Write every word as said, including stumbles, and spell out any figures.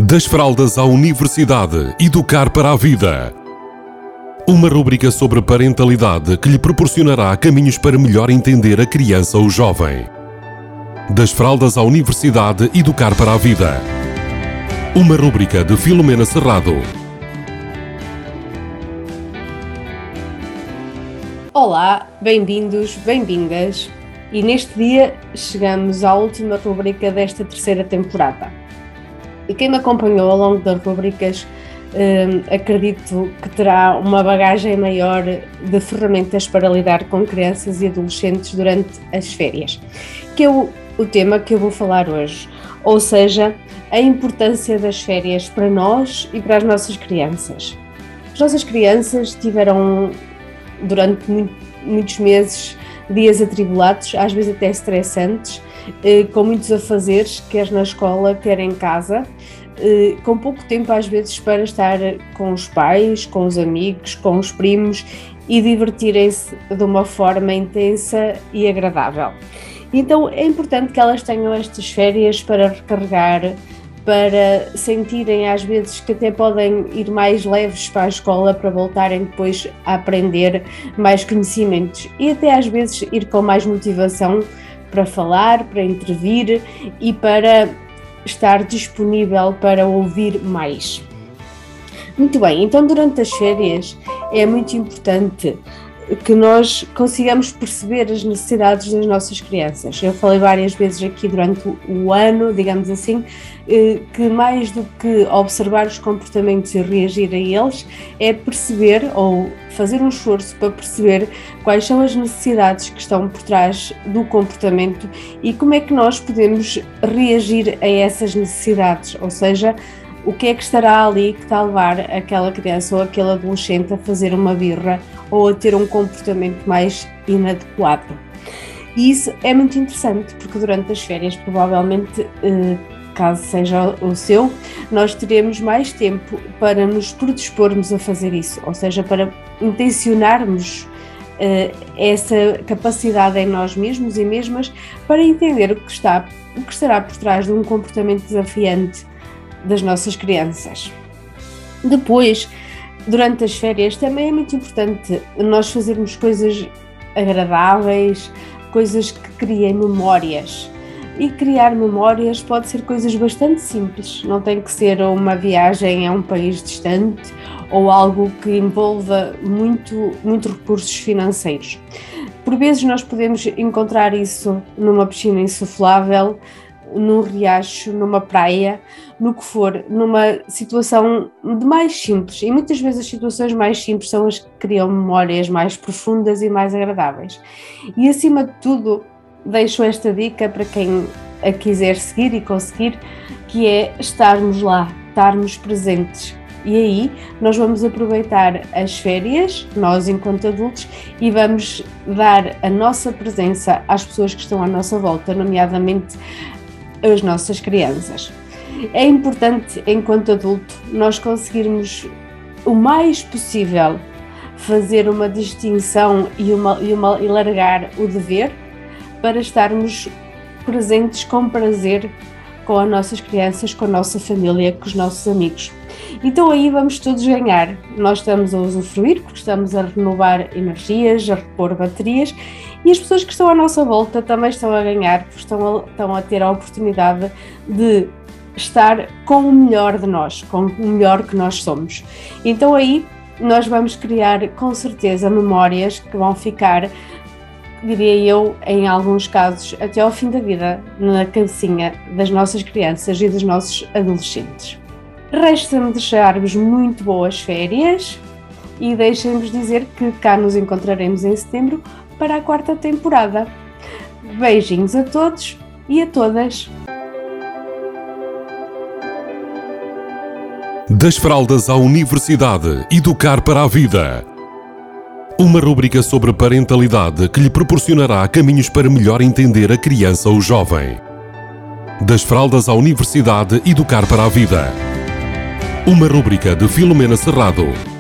Das fraldas à universidade, educar para a vida. Uma rúbrica sobre parentalidade que lhe proporcionará caminhos para melhor entender a criança ou jovem. Das fraldas à universidade, educar para a vida. Uma rúbrica de Filomena Serrado. Olá, bem-vindos, bem-vindas. E neste dia chegamos à última rúbrica desta terceira temporada. E quem me acompanhou ao longo das rúbricas, hum, acredito que terá uma bagagem maior de ferramentas para lidar com crianças e adolescentes durante as férias, que é o, o tema que eu vou falar hoje, ou seja, a importância das férias para nós e para as nossas crianças. As nossas crianças tiveram durante muito, muitos meses dias atribulados, às vezes até estressantes, eh, com muitos afazeres, quer na escola, quer em casa, eh, com pouco tempo às vezes para estar com os pais, com os amigos, com os primos e divertirem-se de uma forma intensa e agradável. Então é importante que elas tenham estas férias para recarregar, para sentirem às vezes que até podem ir mais leves para a escola para voltarem depois a aprender mais conhecimentos e até às vezes ir com mais motivação para falar, para intervir e para estar disponível para ouvir mais. Muito bem, então durante as férias é muito importante que nós consigamos perceber as necessidades das nossas crianças. Eu falei várias vezes aqui durante o ano, digamos assim, que mais do que observar os comportamentos e reagir a eles, é perceber ou fazer um esforço para perceber quais são as necessidades que estão por trás do comportamento e como é que nós podemos reagir a essas necessidades, ou seja, o que é que estará ali que está a levar aquela criança ou aquele adolescente a fazer uma birra ou a ter um comportamento mais inadequado. E isso é muito interessante, porque durante as férias, provavelmente, caso seja o seu, nós teremos mais tempo para nos predispormos a fazer isso, ou seja, para intencionarmos essa capacidade em nós mesmos e mesmas para entender o que está, o que estará por trás de um comportamento desafiante das nossas crianças. Depois, durante as férias, também é muito importante nós fazermos coisas agradáveis, coisas que criem memórias. E criar memórias pode ser coisas bastante simples, não tem que ser uma viagem a um país distante ou algo que envolva muito, muito recursos financeiros. Por vezes nós podemos encontrar isso numa piscina insuflável, num riacho, numa praia, no que for, numa situação de mais simples. E muitas vezes as situações mais simples são as que criam memórias mais profundas e mais agradáveis. E acima de tudo, deixo esta dica para quem a quiser seguir e conseguir, que é estarmos lá, estarmos presentes. E aí nós vamos aproveitar as férias, nós enquanto adultos, e vamos dar a nossa presença às pessoas que estão à nossa volta, nomeadamente as nossas crianças. É importante, enquanto adulto, nós conseguirmos o mais possível fazer uma distinção e, uma, e, uma, e largar o dever para estarmos presentes com prazer com as nossas crianças, com a nossa família, com os nossos amigos. Então aí vamos todos ganhar. Nós estamos a usufruir porque estamos a renovar energias, a repor baterias e as pessoas que estão à nossa volta também estão a ganhar, porque estão a, estão a ter a oportunidade de estar com o melhor de nós, com o melhor que nós somos. Então aí nós vamos criar com certeza memórias que vão ficar, diria eu, em alguns casos, até ao fim da vida, na cabecinha das nossas crianças e dos nossos adolescentes. Resta-me deixar-vos muito boas férias e deixem-vos dizer que cá nos encontraremos em setembro para a quarta temporada. Beijinhos a todos e a todas! Das fraldas à universidade, educar para a vida. Uma rúbrica sobre parentalidade que lhe proporcionará caminhos para melhor entender a criança ou jovem. Das fraldas à universidade, educar para a vida. Uma rúbrica de Filomena Serrado.